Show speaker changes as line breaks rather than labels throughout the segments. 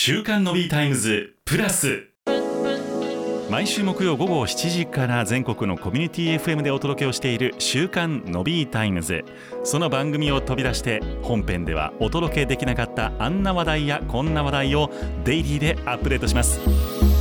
週刊の B タイムズプラス、毎週木曜午後7時から全国のコミュニティ FM でお届けをしている週刊の B タイムズ。その番組を飛び出して本編ではお届けできなかったあんな話題やこんな話題をデイリーでアップデートします。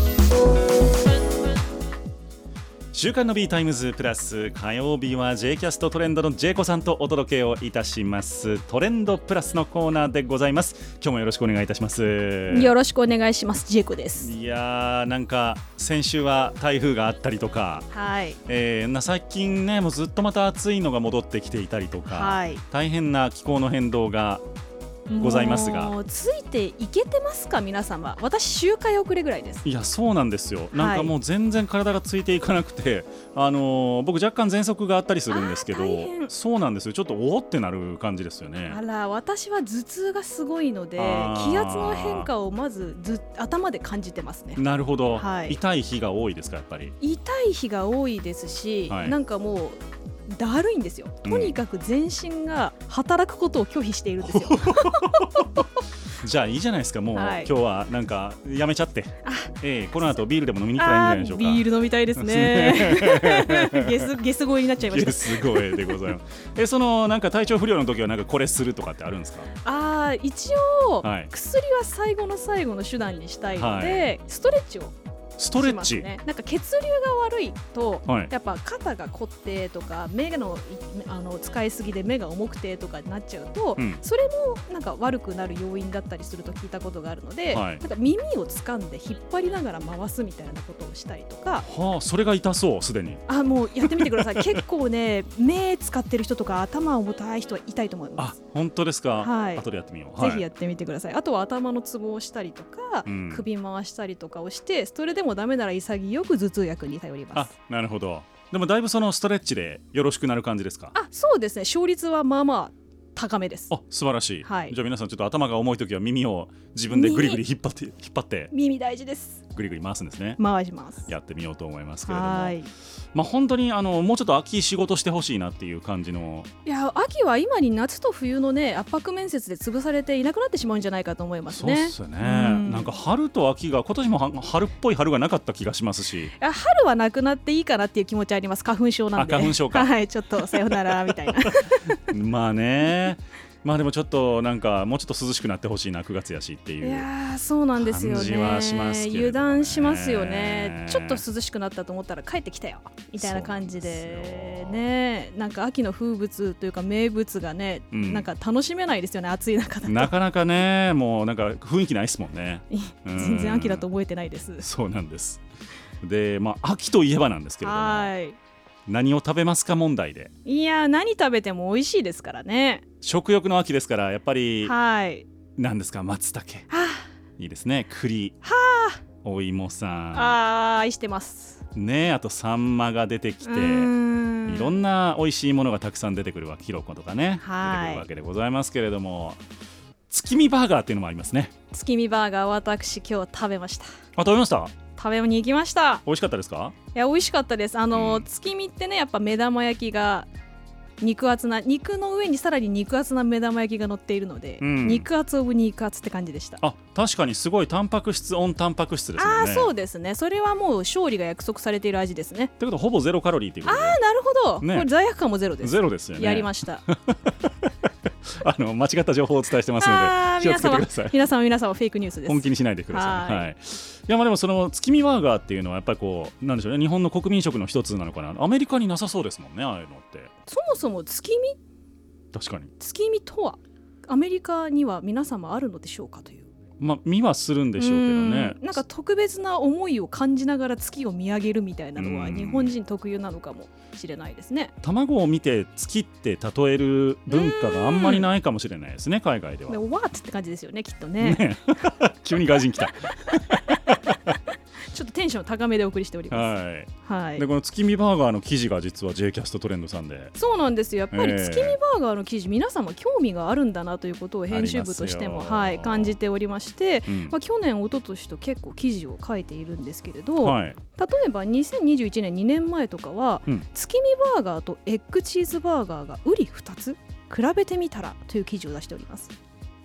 週刊の B タイムズプラス、火曜日は J キャストトレンドの J 子さんとお届けをいたしますトレンドプラスのコーナーでございます。今日もよろしくお願いいたします。
よろしくお願いします。 J 子です。
いやー、なんか先週は台風があったりとか、
はい、
最近ね、もうずっとまた暑いのが戻ってきていたりとか、はい、大変な気候の変動がございますが、
もうついていけてますか皆様。私周回遅れぐらいです。
いや、そうなんですよ。なんかもう全然体がついていかなくて、僕若干喘息があったりするんですけど、そうなんですよ。ちょっとおーってなる感じですよね。
あら、私は頭痛がすごいので気圧の変化をまず頭で感じてますね。
なるほど、
はい、
痛い日が多いですか？やっぱり
痛い日が多いですし、はい、なんかもうだるいんですよ。とにかく全身が働くことを拒否しているんですよ。
じゃあいいじゃないですか。もう、はい、今日はなんかやめちゃって、この後ビールでも飲みに行ったらいいんじゃないでしょうか。
ビール飲みたいですね。ゲス声になっちゃいました。
ゲス声でございます。そのなんか体調不良の時はなんかこれするとかってあるんですか？
一応、はい、薬は最後の最後の手段にしたいので、はい、ストレッチを
ストレッチ、
なんか血流が悪いと、はい、やっぱ肩が凝ってとか目の使いすぎで目が重くてとかになっちゃうと、それもなんか悪くなる要因だったりすると聞いたことがあるので、はい、なんか耳を掴んで引っ張りながら回すみたいなことをしたりとか、
それが痛そう。すでに
もうやってみてください。結構ね、目使ってる人とか頭重たい人は痛いと思います。
本当ですか？
はい、
後でやってみよう。
ぜひやってみてください。あとは頭のツボをしたりとか、首回したりとかをして、それでもダメなら潔く頭痛薬に頼ります。
なるほど。でもだいぶそのストレッチでよろしくなる感じですか？
そうですね。勝率はまあまあ高めです。
素晴らしい、
はい、
じゃあ皆さんちょっと頭が重いときは耳を自分でグリグリ引っ張って
耳大事です。
グリグリ回すんですね。
回します。
やってみようと思いますけれども、はい、本当にもうちょっと秋仕事してほしいなっていう感じの。
いや、秋は今に夏と冬のね、圧迫面接で潰されていなくなってしまうんじゃないかと思いますね。
そうですよね。なんか春と秋が今年も春っぽい春がなかった気がしますし、
春はなくなっていいかなっていう気持ちあります。花粉症なんで。
花粉症か。
はい、ちょっとさよならみたいな。
まあね。でもちょっとなんかもうちょっと涼しくなってほしいな、9月やしっていう。
いや、そうなんですよね。
感じはしますけれどもね。
油断しますよね。ちょっと涼しくなったと思ったら帰ってきたよみたいな感じでね。なんか秋の風物というか名物がね、なんか楽しめないですよね、暑い中だと。
なかなかね、もうなんか雰囲気ないですもんね。
全然秋だと覚えてないです。
そうなんです。で、秋といえばなんですけれども、
はい、何
を食べますか問題で。
いや、何食べても美味しいですからね。
食欲の秋ですからやっぱり、
はい、
何ですか？松茸、いいですね。栗、お芋さん、
愛してます
ね。あとサンマが出てきて、いろんな美味しいものがたくさん出てくるわ。キノコとかね、出てくるわけでございますけれども、月見バーガーっていうのもありますね。
月見バーガー、私今日食べました。
食べました？
食べに行きました。
美味しかったですか？
いや、美味しかったです。月見ってね、やっぱ目玉焼きが肉厚な、肉の上にさらに肉厚な目玉焼きが乗っているので、肉厚オブ肉厚って感じでした。
確かにすごいタンパク質オンタンパク質ですよね。
そうですね。それはもう勝利が約束されている味ですね。
ということはほぼゼロカロリーということで。
なるほど、ね、これ罪悪感もゼロです。
ゼロですよね。
やりました。
間違った情報をお伝えしてますので気をつけてください。
皆様フェイクニュースです。
本気にしないでください。はい。いや、でもその月見バーガーっていうのはやっぱりこうなんでしょうね、日本の国民食の一つなのかな。アメリカになさそうですもんね、ああいうのって。
そもそも月見、
確かに
月見とはアメリカには皆様あるのでしょうかという。
見はするんでしょうけどね。
なんか特別な思いを感じながら月を見上げるみたいなのは日本人特有なのかもしれないですね。
卵を見て月って例える文化があんまりないかもしれないですね、海外では。
What って感じですよね、きっとね。
急に外人来た。
ちょっとテンション高めでお送りしております。
はい。でこの月見バーガーの記事が実は J キャストトレンドさんで。
そうなんですよ。やっぱり月見バーガーの記事、皆様興味があるんだなということを編集部としても、感じておりまして、去年一昨年と結構記事を書いているんですけれど、例えば2021年2年前とかは、月見バーガーとエッグチーズバーガーが売り2つ比べてみたらという記事を出しております。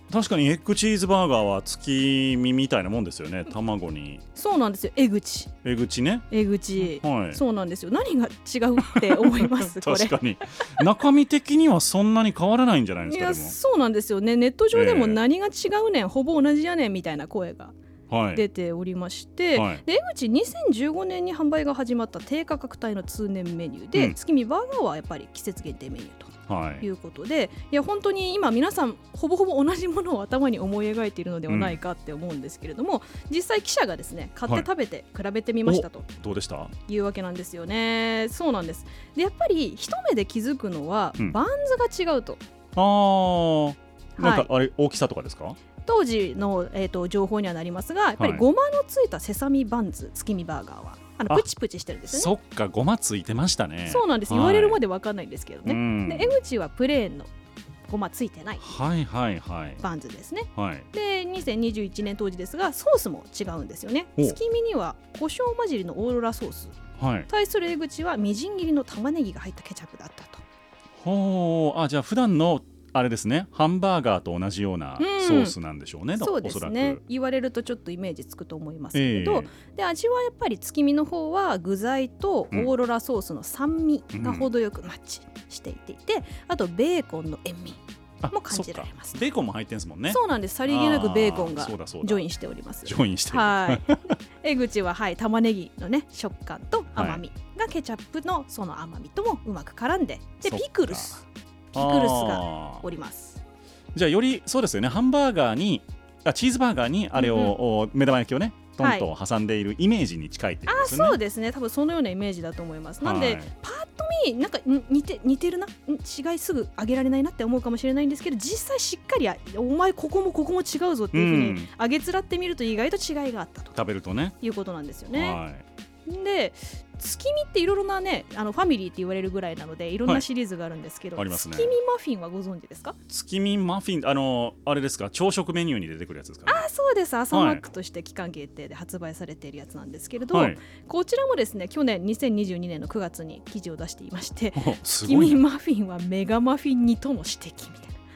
確かにエッグチーズバーガーは月見みたいなもんですよね。卵に。
そうなんですよ。エグチね。エグチ、はい、そうなんですよ。何が違うって思いますこれ。
確かに中身的にはそんなに変わらないんじゃないですか。
いやそうなんですよね。ネット上でも何が違うねん、ほぼ同じやねんみたいな声が出ておりまして、はい、で江口2015年に販売が始まった低価格帯の通年メニューで、月見バーガーはやっぱり季節限定メニューということで、いや本当に今皆さんほぼほぼ同じものを頭に思い描いているのではないかって思うんですけれども、実際記者がですね買って食べて比べてみましたと、
どうでした
いうわけなんですよね。そうなんです。でやっぱり一目で気づくのは、バンズが違うと。
なんかあれ、大きさとかですか？
当時の、情報にはなりますが、やっぱりごまのついたセサミバンズ月見バーガーはプチプチしてるんですよね。
そっか、ごまついてましたね。
そうなんです。言われるまで分かんないんですけどね。で江口はプレーンのごまついてないバンズですね。で2021年当時ですが、ソースも違うんですよね。月見には胡椒混じりのオーロラソース、対する江口はみじん切りの玉ねぎが入ったケチャップだったと。
じゃあ普段のあれですね、ハンバーガーと同じようなソースなんでしょうね。
そうですね。言われるとちょっとイメージつくと思いますけれど、で味はやっぱり月見の方は具材とオーロラソースの酸味が程よくマッチしていて、あとベーコンの塩味も感じられます。
ベーコンも入ってんですもんね。
そうなんです。さりげなくベーコンがジョインしております。
ジョインしてる。
江口は玉ねぎのね食感と甘みがケチャップのその甘みともうまく絡んで、でピクルスがおります。
じゃあよりそうですよね、ハンバーガーにチーズバーガーにあれを、目玉焼きをねトンと挟んでいるイメージに近いっていうことですね。
そうですね。多分そのようなイメージだと思います。なんでパッと見なんか似てるな、違いすぐ挙げられないなって思うかもしれないんですけど、実際しっかりお前ここも違うぞっていうふうに挙げつらってみると意外と違いがあったと
食べるとね
いうことなんですよね。で月見っていろいろなねファミリーって言われるぐらいなのでいろんなシリーズがあるんですけど、月見マフィンはご存知ですか？
月見マフィン、あれですか、朝食メニューに出てくるやつですかね。
そうです。朝マックとして期間限定で発売されているやつなんですけれど、こちらもですね去年2022年の9月に記事を出していまして、月見マフィンはメガマフィンにとの指摘みたいな。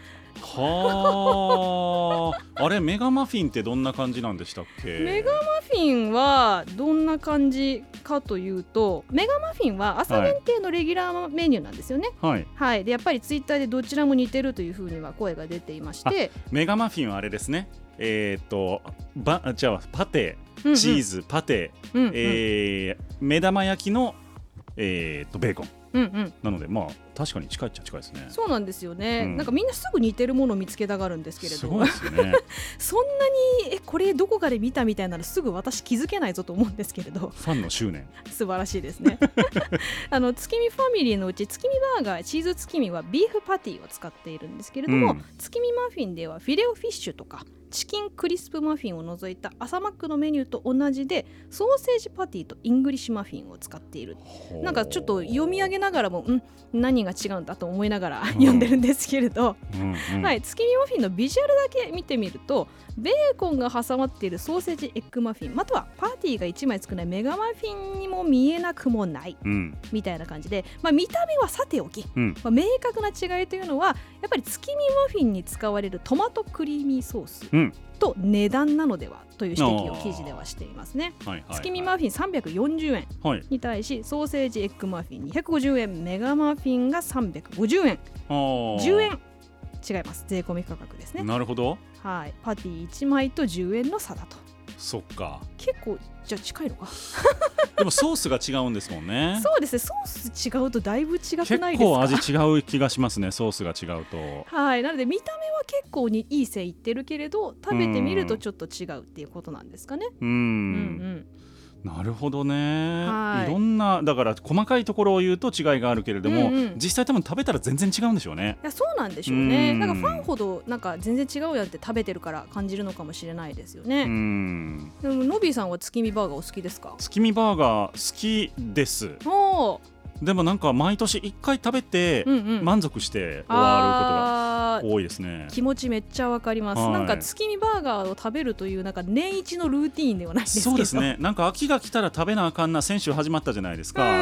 あれメガマフィンってどんな感じなんでしたっけ？
メガマフィンはどんな感じかというと、メガマフィンは朝限定のレギュラーメニューなんですよね。でやっぱりツイッターでどちらも似てるというふうには声が出ていまして、
メガマフィンはあれですね、じゃあパテ、チーズパテ、目玉焼きの、ベーコンなので確かに近いっちゃ近いですね。
そうなんですよね。なんかみんなすぐ似てるものを見つけたがるんですけれど、
すごいですよね。
そんなにこれどこかで見たみたいなのすぐ私気づけないぞと思うんですけれど、
ファンの執念
素晴らしいですね。月見ファミリーのうち月見バーガーチーズ月見はビーフパティを使っているんですけれども、月見マフィンではフィレオフィッシュとかチキンクリスプマフィンを除いた朝マックのメニューと同じでソーセージパティとイングリッシュマフィンを使っている。なんかちょっと読み上げながらも何が違うんだと思いながら読んでるんですけれど、月見マフィンのビジュアルだけ見てみるとベーコンが挟まっているソーセージエッグマフィン、またはパティが1枚少ないメガマフィンにも見えなくもない、みたいな感じで、見た目はさておき、明確な違いというのはやっぱり月見マフィンに使われるトマトクリーミーソース、と値段なのではという指摘を記事ではしていますね。月見マフィン340円に対し、ソーセージエッグマフィン250円、メガマフィンが350円、10円違います。税込み価格ですね。
なるほど。
パティ1枚と10円の差だと。
そっか、
結構じゃあ近いのか。
でもソースが違うんですもんね。
そうですね、ソース違うとだいぶ違くないですか？
結構味違う気がしますね、ソースが違うと。
なので見た目は結構にいい線いってるけれど、食べてみるとちょっと違うっていうことなんですかね。な
るほどね。いろんなだから細かいところを言うと違いがあるけれども、実際多分食べたら全然違うんでしょうね。
いやそうなんでしょうね。なんかファンほどなんか全然違うやって食べてるから感じるのかもしれないですよね。でもノビーさんは月見バーガーお好きですか？
月見バーガー好きです。でもなんか毎年1回食べて満足して終わることが多いですね。
気持ちめっちゃわかります。なんか月見バーガーを食べるというなんか年一のルーティーンではないですけど。
そうですね。なんか秋が来たら食べなあかんな、先週始まったじゃないですか。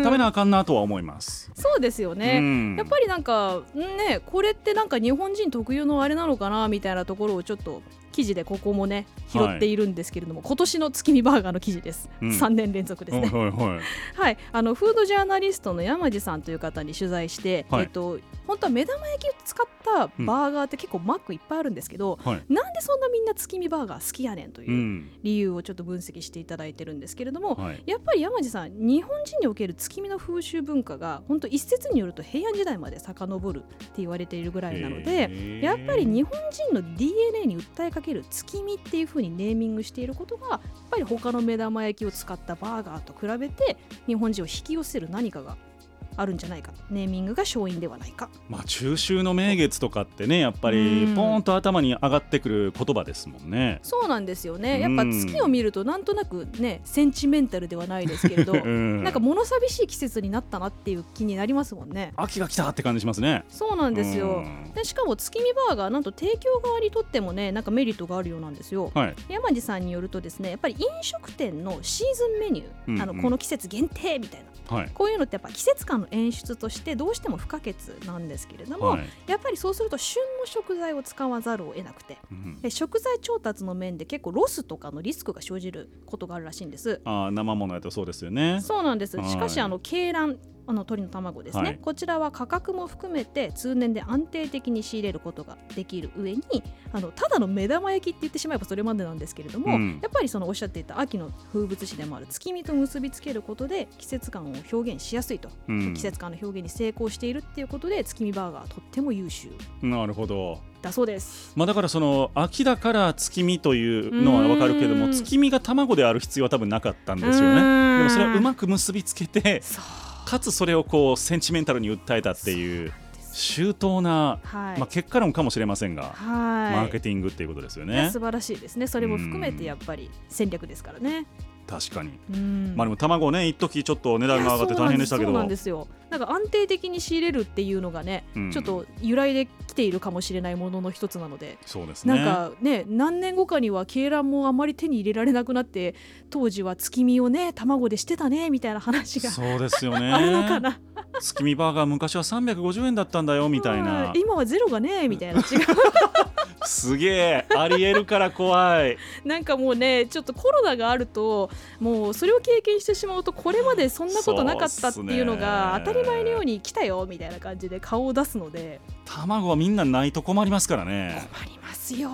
食べなあかんなとは思います。
そうですよね、やっぱりなんかね、これってなんか日本人特有のあれなのかなみたいなところをちょっと記事でここもね拾っているんですけれども、今年の月見バーガーの記事です、3年連続ですね。はい、フードジャーナリストの山地さんという方に取材して、本当は目玉焼きを使ったバーガーって結構マックいっぱいあるんですけど、なんでそんなみんな月見バーガー好きやねんという理由をちょっと分析していただいてるんですけれども、やっぱり山地さん、日本人における月見の風習文化が本当一説によると平安時代まで遡るって言われているぐらいなので、やっぱり日本人の DNA に訴えかける月見っていう風にネーミングしていることが、やっぱり他の目玉焼きを使ったバーガーと比べて日本人を引き寄せる何かがあるんじゃないか、ネーミングが勝因ではないか。
中秋の名月とかってね、やっぱりポーンと頭に上がってくる言葉ですもんね。
そうなんですよね。やっぱ月を見るとなんとなくね、センチメンタルではないですけれど、なんか物寂しい季節になったなっていう気になりますもんね。
秋が来たって感じしますね。
そうなんですよ。でしかも月見バーガー、なんと提供側にとってもね、なんかメリットがあるようなんですよ。山地さんによるとですね、やっぱり飲食店のシーズンメニュー、この季節限定みたいな、こういうのってやっぱ季節感の演出としてどうしても不可欠なんですけれども、やっぱりそうすると旬の食材を使わざるを得なくて、食材調達の面で結構ロスとかのリスクが生じることがあるらしいんです。
生ものやとそうですよね。
そうなんです。しかし鶏卵、鶏の卵ですね、こちらは価格も含めて通年で安定的に仕入れることができる上に、ただの目玉焼きって言ってしまえばそれまでなんですけれども、やっぱりそのおっしゃっていた秋の風物詩でもある月見と結びつけることで季節感を表現しやすいと、季節感の表現に成功しているっていうことで月見バーガーとっても優秀。
なるほど。
だそうです。
だからその秋だから月見というのは分かるけども、月見が卵である必要は多分なかったんですよね。でもそれをうまく結びつけて、かつそれをこうセンチメンタルに訴えたっていう周到な、結果論かもしれませんが、マーケティングっていうことですよね。
素晴らしいですね。それも含めてやっぱり戦略ですからね。
確かに。でも卵ね、一時ちょっと値段が上がって大変でしたけど、
そうなんですよ。なんか安定的に仕入れるっていうのがね、ちょっと由来で来ているかもしれないものの一つなので、
そうですね。
なんかね、何年後かには鶏卵もあまり手に入れられなくなって、当時は月見をね卵でしてたねみたいな話が
そうですよね
あるのかな。
月見バーガー昔は350円だったんだよみたいな、
今はゼロがねみたいな違う
すげえありえるから怖い。
なんかもうね、ちょっとコロナがあるともうそれを経験してしまうと、これまでそんなことなかったっていうのが当たり前のように来たよみたいな感じで顔を出すので、
卵はみんなないと困りますからね。
困りますよ。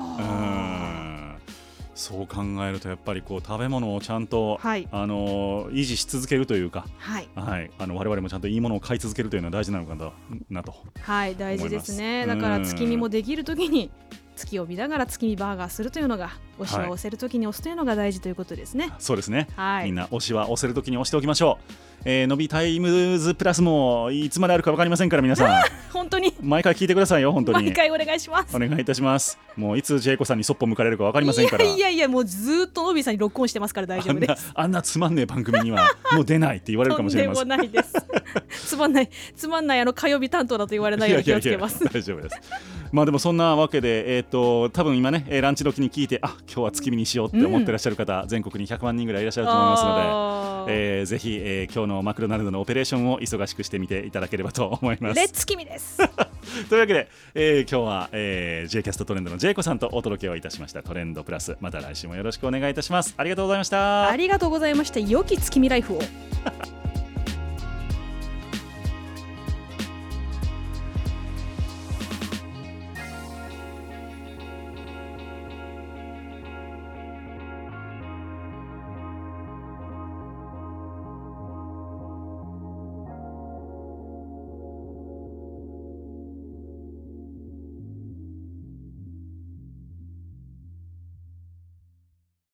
そう考えるとやっぱりこう食べ物をちゃんと、維持し続けるというか、我々もちゃんといいものを買い続けるというのは大事なのかなと。
大事ですね。だから月見もできるときに月を見ながら月見バーガーするというのが、推しは押せるときに押すというのが大事ということですね。
そうですね、みんな推しは押せるときに押しておきましょう。のびタイムズプラスもいつまであるか分かりませんから、皆さん
本当に
毎回聞いてくださいよ。本当に
毎回お願いします。
お願いいたします。もういつジェイコさんにそっぽ向かれるか分かりませんから。
いやもうずっとのびさんにロックオンしてますから大丈夫です。
あんなつまんねえ番組にはもう出ないって言われるかもしれません。
とんでもないですつまんない火曜日担当だと言われないように気をつけます。
大丈夫です。でもそんなわけで、多分今ね、ランチ時に聞いて、今日は月見にしようって思ってらっしゃる方、全国に100万人ぐらいいらっしゃると思いますので、ぜひ、今日のマクドナルドのオペレーションを忙しくしてみていただければと思います。
レッツ月見です
というわけで、今日は、J キャストトレンドのジェイコさんとお届けをいたしましたトレンドプラス。また来週もよろしくお願いいたします。ありがとうございました。
ありがとうございました。良き月見ライフを